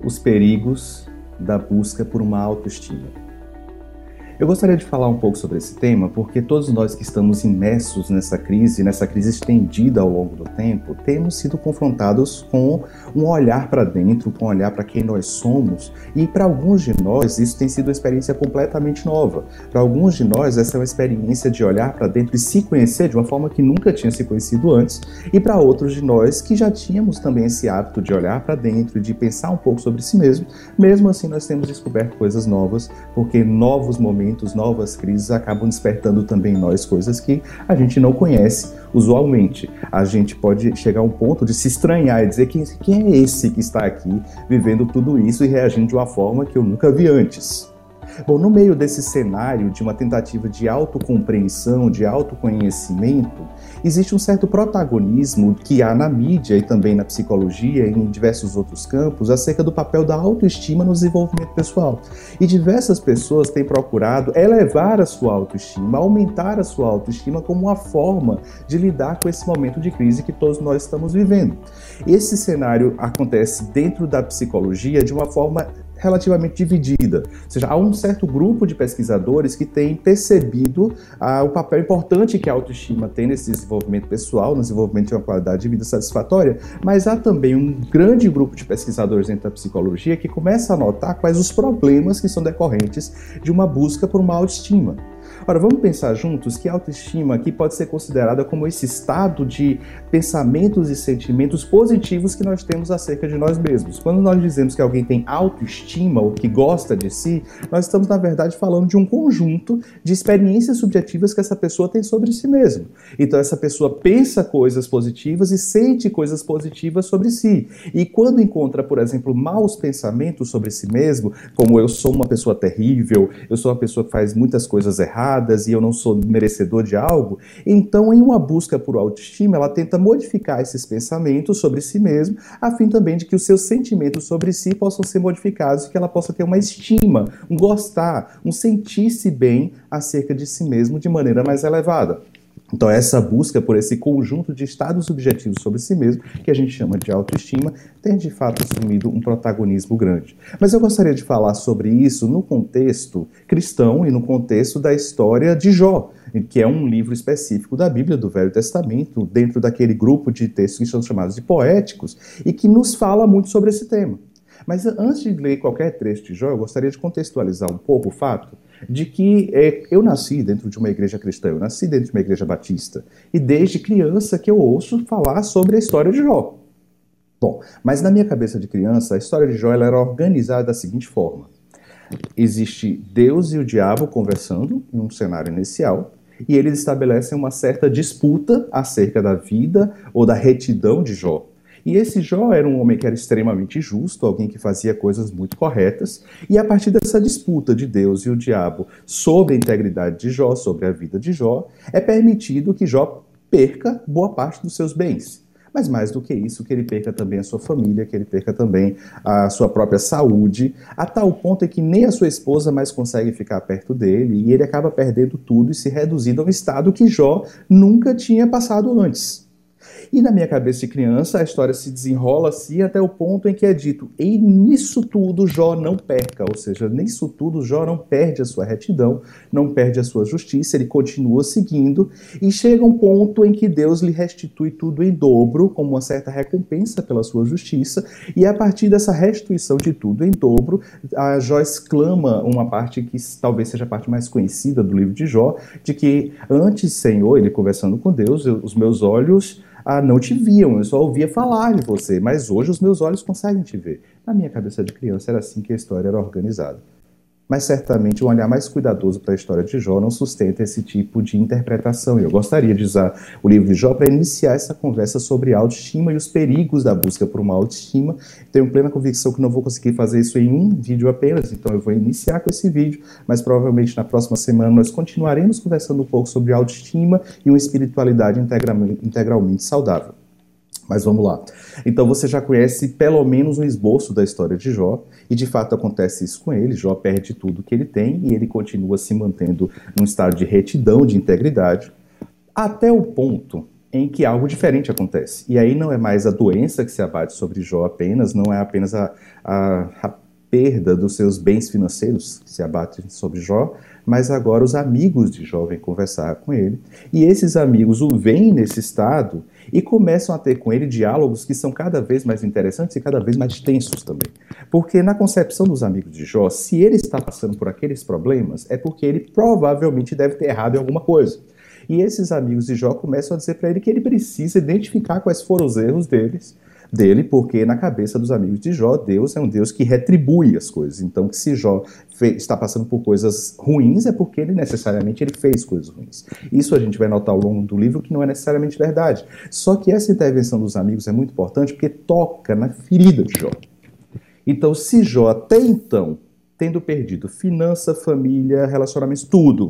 os perigos da busca por uma autoestima. Eu gostaria de falar um pouco sobre esse tema porque todos nós que estamos imersos nessa crise estendida ao longo do tempo, temos sido confrontados com um olhar para dentro, com um olhar para quem nós somos, e para alguns de nós isso tem sido uma experiência completamente nova. Para alguns de nós essa é uma experiência de olhar para dentro e se conhecer de uma forma que nunca tinha se conhecido antes, e para outros de nós que já tínhamos também esse hábito de olhar para dentro e de pensar um pouco sobre si mesmo assim nós temos descoberto coisas novas, porque novos momentos, novas crises acabam despertando também em nós coisas que a gente não conhece usualmente. A gente pode chegar a um ponto de se estranhar e dizer quem é esse que está aqui vivendo tudo isso e reagindo de uma forma que eu nunca vi antes. Bom, no meio desse cenário de uma tentativa de autocompreensão, de autoconhecimento, existe um certo protagonismo que há na mídia e também na psicologia e em diversos outros campos acerca do papel da autoestima no desenvolvimento pessoal. E diversas pessoas têm procurado elevar a sua autoestima, aumentar a sua autoestima como uma forma de lidar com esse momento de crise que todos nós estamos vivendo. Esse cenário acontece dentro da psicologia de uma forma relativamente dividida, ou seja, há um certo grupo de pesquisadores que têm percebido o papel importante que a autoestima tem nesse desenvolvimento pessoal, no desenvolvimento de uma qualidade de vida satisfatória, mas há também um grande grupo de pesquisadores dentro da psicologia que começa a notar quais os problemas que são decorrentes de uma busca por uma autoestima. Ora, vamos pensar juntos que a autoestima aqui pode ser considerada como esse estado de pensamentos e sentimentos positivos que nós temos acerca de nós mesmos. Quando nós dizemos que alguém tem autoestima ou que gosta de si, nós estamos, na verdade, falando de um conjunto de experiências subjetivas que essa pessoa tem sobre si mesma. Então, essa pessoa pensa coisas positivas e sente coisas positivas sobre si. E quando encontra, por exemplo, maus pensamentos sobre si mesmo, como eu sou uma pessoa terrível, eu sou uma pessoa que faz muitas coisas erradas, e eu não sou merecedor de algo, então em uma busca por autoestima, ela tenta modificar esses pensamentos sobre si mesmo, a fim também de que os seus sentimentos sobre si possam ser modificados e que ela possa ter uma estima, um gostar, um sentir-se bem acerca de si mesmo de maneira mais elevada. Então essa busca por esse conjunto de estados subjetivos sobre si mesmo, que a gente chama de autoestima, tem de fato assumido um protagonismo grande. Mas eu gostaria de falar sobre isso no contexto cristão e no contexto da história de Jó, que é um livro específico da Bíblia, do Velho Testamento, dentro daquele grupo de textos que são chamados de poéticos, e que nos fala muito sobre esse tema. Mas antes de ler qualquer trecho de Jó, eu gostaria de contextualizar um pouco o fato de que eu nasci dentro de uma igreja cristã, eu nasci dentro de uma igreja batista, e desde criança que eu ouço falar sobre a história de Jó. Bom, mas na minha cabeça de criança, a história de Jó ela era organizada da seguinte forma. Existe Deus e o diabo conversando em um cenário inicial, e eles estabelecem uma certa disputa acerca da vida ou da retidão de Jó. E esse Jó era um homem que era extremamente justo, alguém que fazia coisas muito corretas, e a partir dessa disputa de Deus e o diabo sobre a integridade de Jó, sobre a vida de Jó, é permitido que Jó perca boa parte dos seus bens. Mas mais do que isso, que ele perca também a sua família, que ele perca também a sua própria saúde, a tal ponto é que nem a sua esposa mais consegue ficar perto dele, e ele acaba perdendo tudo e se reduzindo a um estado que Jó nunca tinha passado antes. E na minha cabeça de criança, a história se desenrola assim até o ponto em que é dito, e nisso tudo Jó não perca, ou seja, nisso tudo Jó não perde a sua retidão, não perde a sua justiça, ele continua seguindo, e chega um ponto em que Deus lhe restitui tudo em dobro, como uma certa recompensa pela sua justiça, e a partir dessa restituição de tudo em dobro, a Jó exclama uma parte que talvez seja a parte mais conhecida do livro de Jó, de que antes, Senhor, ele conversando com Deus, os meus olhos não te viam, eu só ouvia falar de você, mas hoje os meus olhos conseguem te ver. Na minha cabeça de criança era assim que a história era organizada. Mas certamente um olhar mais cuidadoso para a história de Jó não sustenta esse tipo de interpretação. Eu gostaria de usar o livro de Jó para iniciar essa conversa sobre autoestima e os perigos da busca por uma autoestima. Tenho plena convicção que não vou conseguir fazer isso em um vídeo apenas, então eu vou iniciar com esse vídeo, mas provavelmente na próxima semana nós continuaremos conversando um pouco sobre autoestima e uma espiritualidade integralmente saudável. Mas vamos lá. Então você já conhece pelo menos um esboço da história de Jó, e de fato acontece isso com ele. Jó perde tudo que ele tem e ele continua se mantendo num estado de retidão, de integridade, até o ponto em que algo diferente acontece. E aí não é mais a doença que se abate sobre Jó apenas, não é apenas a perda dos seus bens financeiros que se abate sobre Jó, mas agora os amigos de Jó vêm conversar com ele. E esses amigos o veem nesse estado e começam a ter com ele diálogos que são cada vez mais interessantes e cada vez mais tensos também. Porque na concepção dos amigos de Jó, se ele está passando por aqueles problemas, é porque ele provavelmente deve ter errado em alguma coisa. E esses amigos de Jó começam a dizer para ele que ele precisa identificar quais foram os erros dele, porque na cabeça dos amigos de Jó, Deus é um Deus que retribui as coisas. Então, que se Jó está passando por coisas ruins, é porque ele necessariamente fez coisas ruins. Isso a gente vai notar ao longo do livro que não é necessariamente verdade. Só que essa intervenção dos amigos é muito importante porque toca na ferida de Jó. Então, se Jó até então, tendo perdido finança, família, relacionamentos, tudo,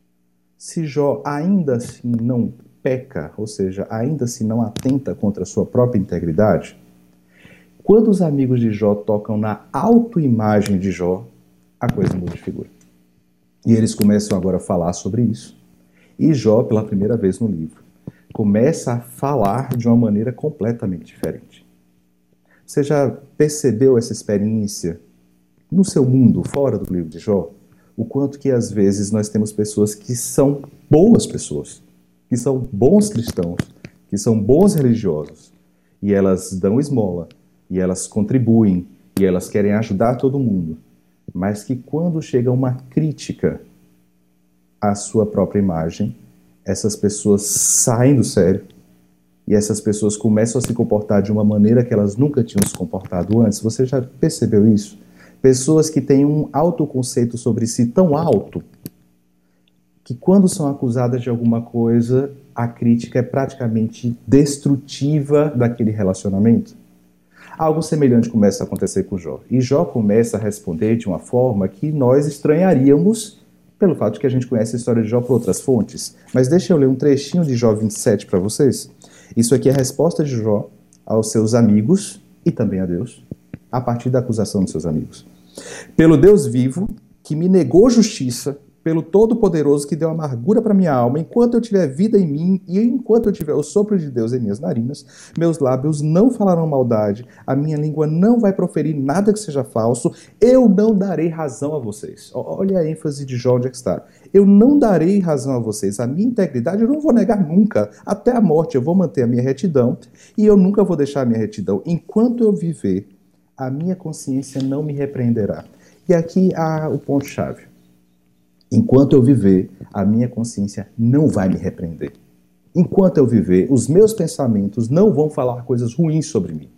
se Jó ainda assim não peca, ou seja, ainda assim não atenta contra a sua própria integridade, quando os amigos de Jó tocam na autoimagem de Jó, a coisa muda de figura. E eles começam agora a falar sobre isso. E Jó, pela primeira vez no livro, começa a falar de uma maneira completamente diferente. Você já percebeu essa experiência no seu mundo, fora do livro de Jó? O quanto que às vezes nós temos pessoas que são boas pessoas, que são bons cristãos, que são bons religiosos, e elas dão esmola, e elas contribuem, e elas querem ajudar todo mundo, mas que quando chega uma crítica à sua própria imagem, essas pessoas saem do sério, e essas pessoas começam a se comportar de uma maneira que elas nunca tinham se comportado antes. Você já percebeu isso? Pessoas que têm um autoconceito sobre si tão alto que quando são acusadas de alguma coisa, a crítica é praticamente destrutiva daquele relacionamento. Algo semelhante começa a acontecer com Jó. E Jó começa a responder de uma forma que nós estranharíamos pelo fato de que a gente conhece a história de Jó por outras fontes. Mas deixa eu ler um trechinho de Jó 27 para vocês. Isso aqui é a resposta de Jó aos seus amigos e também a Deus, a partir da acusação dos seus amigos. Pelo Deus vivo, que me negou justiça, pelo Todo-Poderoso que deu amargura para minha alma, enquanto eu tiver vida em mim e enquanto eu tiver o sopro de Deus em minhas narinas, meus lábios não falarão maldade, a minha língua não vai proferir nada que seja falso, eu não darei razão a vocês. Olha a ênfase de Jó onde é que está. Eu não darei razão a vocês, a minha integridade eu não vou negar nunca, até a morte eu vou manter a minha retidão e eu nunca vou deixar a minha retidão. Enquanto eu viver, a minha consciência não me repreenderá. E aqui há o ponto-chave. Enquanto eu viver, a minha consciência não vai me repreender. Enquanto eu viver, os meus pensamentos não vão falar coisas ruins sobre mim.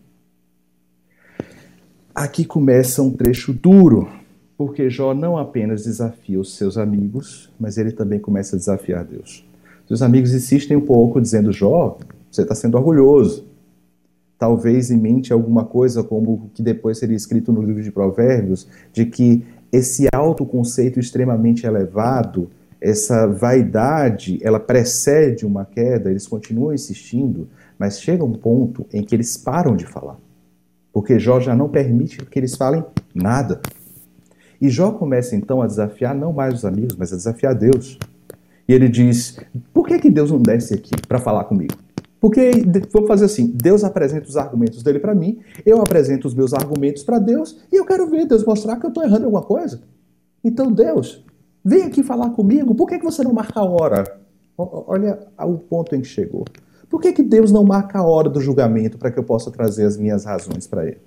Aqui começa um trecho duro, porque Jó não apenas desafia os seus amigos, mas ele também começa a desafiar Deus. Seus amigos insistem um pouco, dizendo: Jó, você está sendo orgulhoso. Talvez em mente alguma coisa como o que depois seria escrito no livro de Provérbios, de que esse autoconceito extremamente elevado, essa vaidade, ela precede uma queda, eles continuam insistindo, mas chega um ponto em que eles param de falar. Porque Jó já não permite que eles falem nada. E Jó começa então a desafiar não mais os amigos, mas a desafiar Deus. E ele diz: por que Deus não desce aqui para falar comigo? Porque, vamos fazer assim, Deus apresenta os argumentos dele para mim, eu apresento os meus argumentos para Deus, e eu quero ver Deus mostrar que eu estou errando em alguma coisa. Então, Deus, vem aqui falar comigo, por que você não marca a hora? Olha o ponto em que chegou. Por que Deus não marca a hora do julgamento para que eu possa trazer as minhas razões para ele?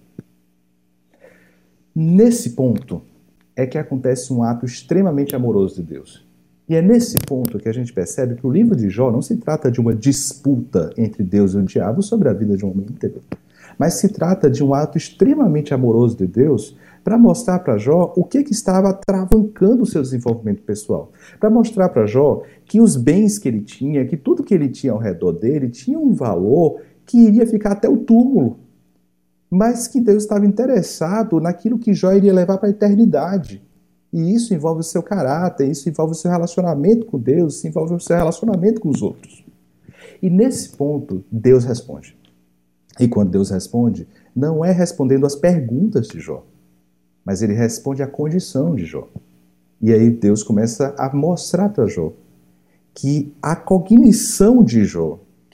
Nesse ponto é que acontece um ato extremamente amoroso de Deus. E é nesse ponto que a gente percebe que o livro de Jó não se trata de uma disputa entre Deus e o diabo sobre a vida de um homem íntegro, mas se trata de um ato extremamente amoroso de Deus para mostrar para Jó o que estava travancando o seu desenvolvimento pessoal. Para mostrar para Jó que os bens que ele tinha, que tudo que ele tinha ao redor dele tinha um valor que iria ficar até o túmulo, mas que Deus estava interessado naquilo que Jó iria levar para a eternidade. E isso envolve o seu caráter, isso envolve o seu relacionamento com Deus, isso envolve o seu relacionamento com os outros. E nesse ponto, Deus responde. E quando Deus responde, não é respondendo às perguntas de Jó, mas ele responde à condição de Jó. E aí Deus começa a mostrar para Jó que a cognição de Jó,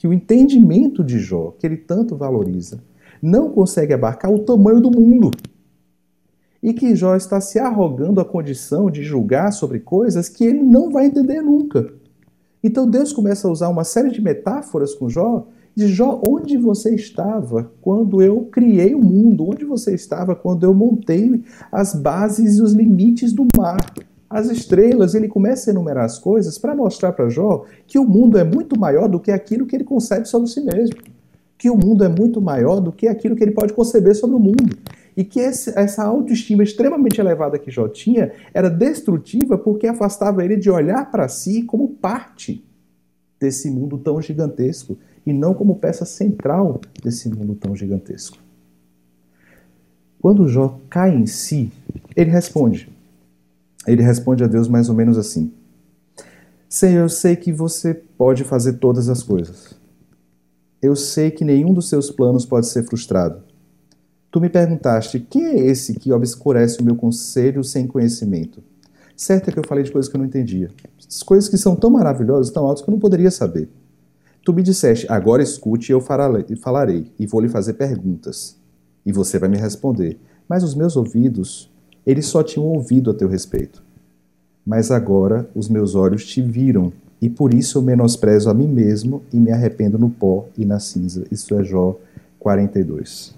que o entendimento de Jó, que ele tanto valoriza, não consegue abarcar o tamanho do mundo. E que Jó está se arrogando a condição de julgar sobre coisas que ele não vai entender nunca. Então Deus começa a usar uma série de metáforas com Jó, de Jó, onde você estava quando eu criei o mundo? Onde você estava quando eu montei as bases e os limites do mar? As estrelas, ele começa a enumerar as coisas para mostrar para Jó que o mundo é muito maior do que aquilo que ele concebe sobre si mesmo. Que o mundo é muito maior do que aquilo que ele pode conceber sobre o mundo. E que essa autoestima extremamente elevada que Jó tinha era destrutiva porque afastava ele de olhar para si como parte desse mundo tão gigantesco e não como peça central desse mundo tão gigantesco. Quando Jó cai em si, ele responde. Ele responde a Deus mais ou menos assim: Senhor, eu sei que você pode fazer todas as coisas. Eu sei que nenhum dos seus planos pode ser frustrado. Tu me perguntaste, quem é esse que obscurece o meu conselho sem conhecimento? Certo é que eu falei de coisas que eu não entendia. As coisas que são tão maravilhosas, tão altas, que eu não poderia saber. Tu me disseste, agora escute e eu falarei, e vou lhe fazer perguntas. E você vai me responder. Mas os meus ouvidos, eles só tinham ouvido a teu respeito. Mas agora os meus olhos te viram, e por isso eu menosprezo a mim mesmo e me arrependo no pó e na cinza. Isso é Jó 42.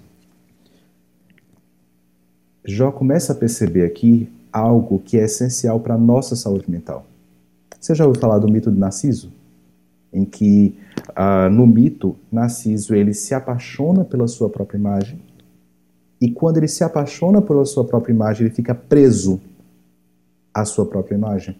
Jó começa a perceber aqui algo que é essencial para a nossa saúde mental. Você já ouviu falar do mito de Narciso? Em que, no mito, Narciso ele se apaixona pela sua própria imagem, e quando ele se apaixona pela sua própria imagem, ele fica preso à sua própria imagem.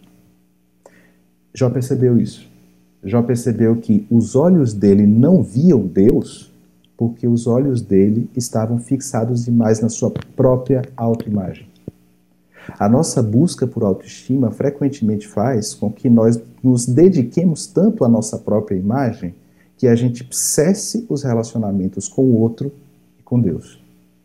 Jó percebeu isso. Jó percebeu que os olhos dele não viam Deus porque os olhos dele estavam fixados demais na sua própria autoimagem. A nossa busca por autoestima frequentemente faz com que nós nos dediquemos tanto à nossa própria imagem que a gente cesse os relacionamentos com o outro e com Deus.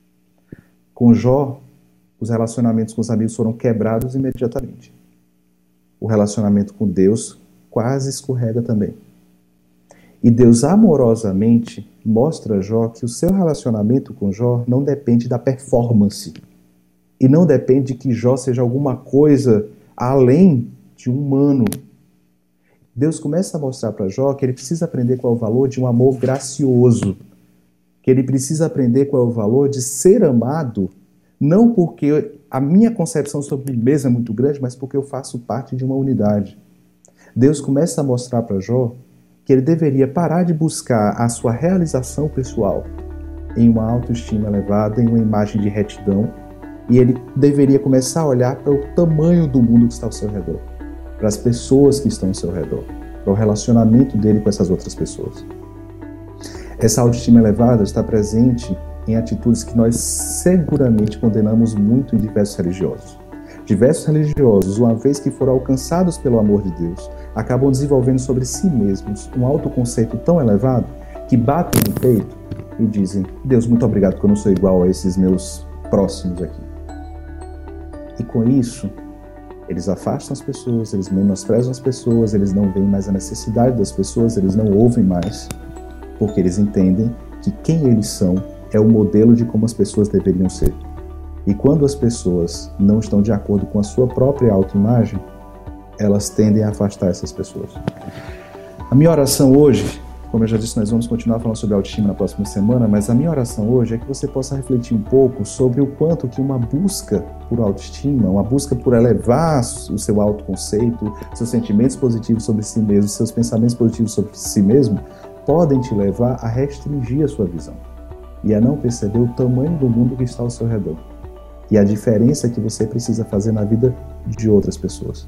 Com Jó, os relacionamentos com os amigos foram quebrados imediatamente. O relacionamento com Deus quase escorrega também. E Deus amorosamente mostra a Jó que o seu relacionamento com Jó não depende da performance. E não depende de que Jó seja alguma coisa além de um humano. Deus começa a mostrar para Jó que ele precisa aprender qual é o valor de um amor gracioso. Que ele precisa aprender qual é o valor de ser amado, não porque a minha concepção sobre mim mesmo é muito grande, mas porque eu faço parte de uma unidade. Deus começa a mostrar para Jó que ele deveria parar de buscar a sua realização pessoal em uma autoestima elevada, em uma imagem de retidão, e ele deveria começar a olhar para o tamanho do mundo que está ao seu redor, para as pessoas que estão ao seu redor, para o relacionamento dele com essas outras pessoas. Essa autoestima elevada está presente em atitudes que nós seguramente condenamos muito em diversos religiosos. Diversos religiosos, uma vez que foram alcançados pelo amor de Deus, acabam desenvolvendo sobre si mesmos um autoconceito tão elevado que batem no peito e dizem: Deus, muito obrigado porque eu não sou igual a esses meus próximos aqui. E com isso, eles afastam as pessoas, eles menosprezam as pessoas, eles não veem mais a necessidade das pessoas, eles não ouvem mais, porque eles entendem que quem eles são é o modelo de como as pessoas deveriam ser. E quando as pessoas não estão de acordo com a sua própria autoimagem, elas tendem a afastar essas pessoas. A minha oração hoje, como eu já disse, nós vamos continuar falando sobre autoestima na próxima semana, mas a minha oração hoje é que você possa refletir um pouco sobre o quanto que uma busca por autoestima, uma busca por elevar o seu autoconceito, seus sentimentos positivos sobre si mesmo, seus pensamentos positivos sobre si mesmo, podem te levar a restringir a sua visão e a não perceber o tamanho do mundo que está ao seu redor e a diferença que você precisa fazer na vida de outras pessoas.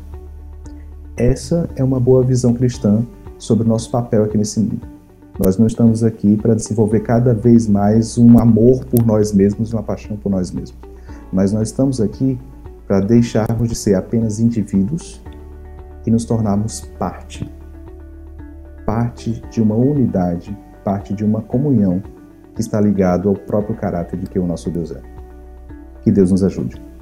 Essa é uma boa visão cristã sobre o nosso papel aqui nesse mundo. Nós não estamos aqui para desenvolver cada vez mais um amor por nós mesmos e uma paixão por nós mesmos. Mas nós estamos aqui para deixarmos de ser apenas indivíduos e nos tornarmos parte de uma unidade, parte de uma comunhão que está ligado ao próprio caráter de que o nosso Deus é. Que Deus nos ajude.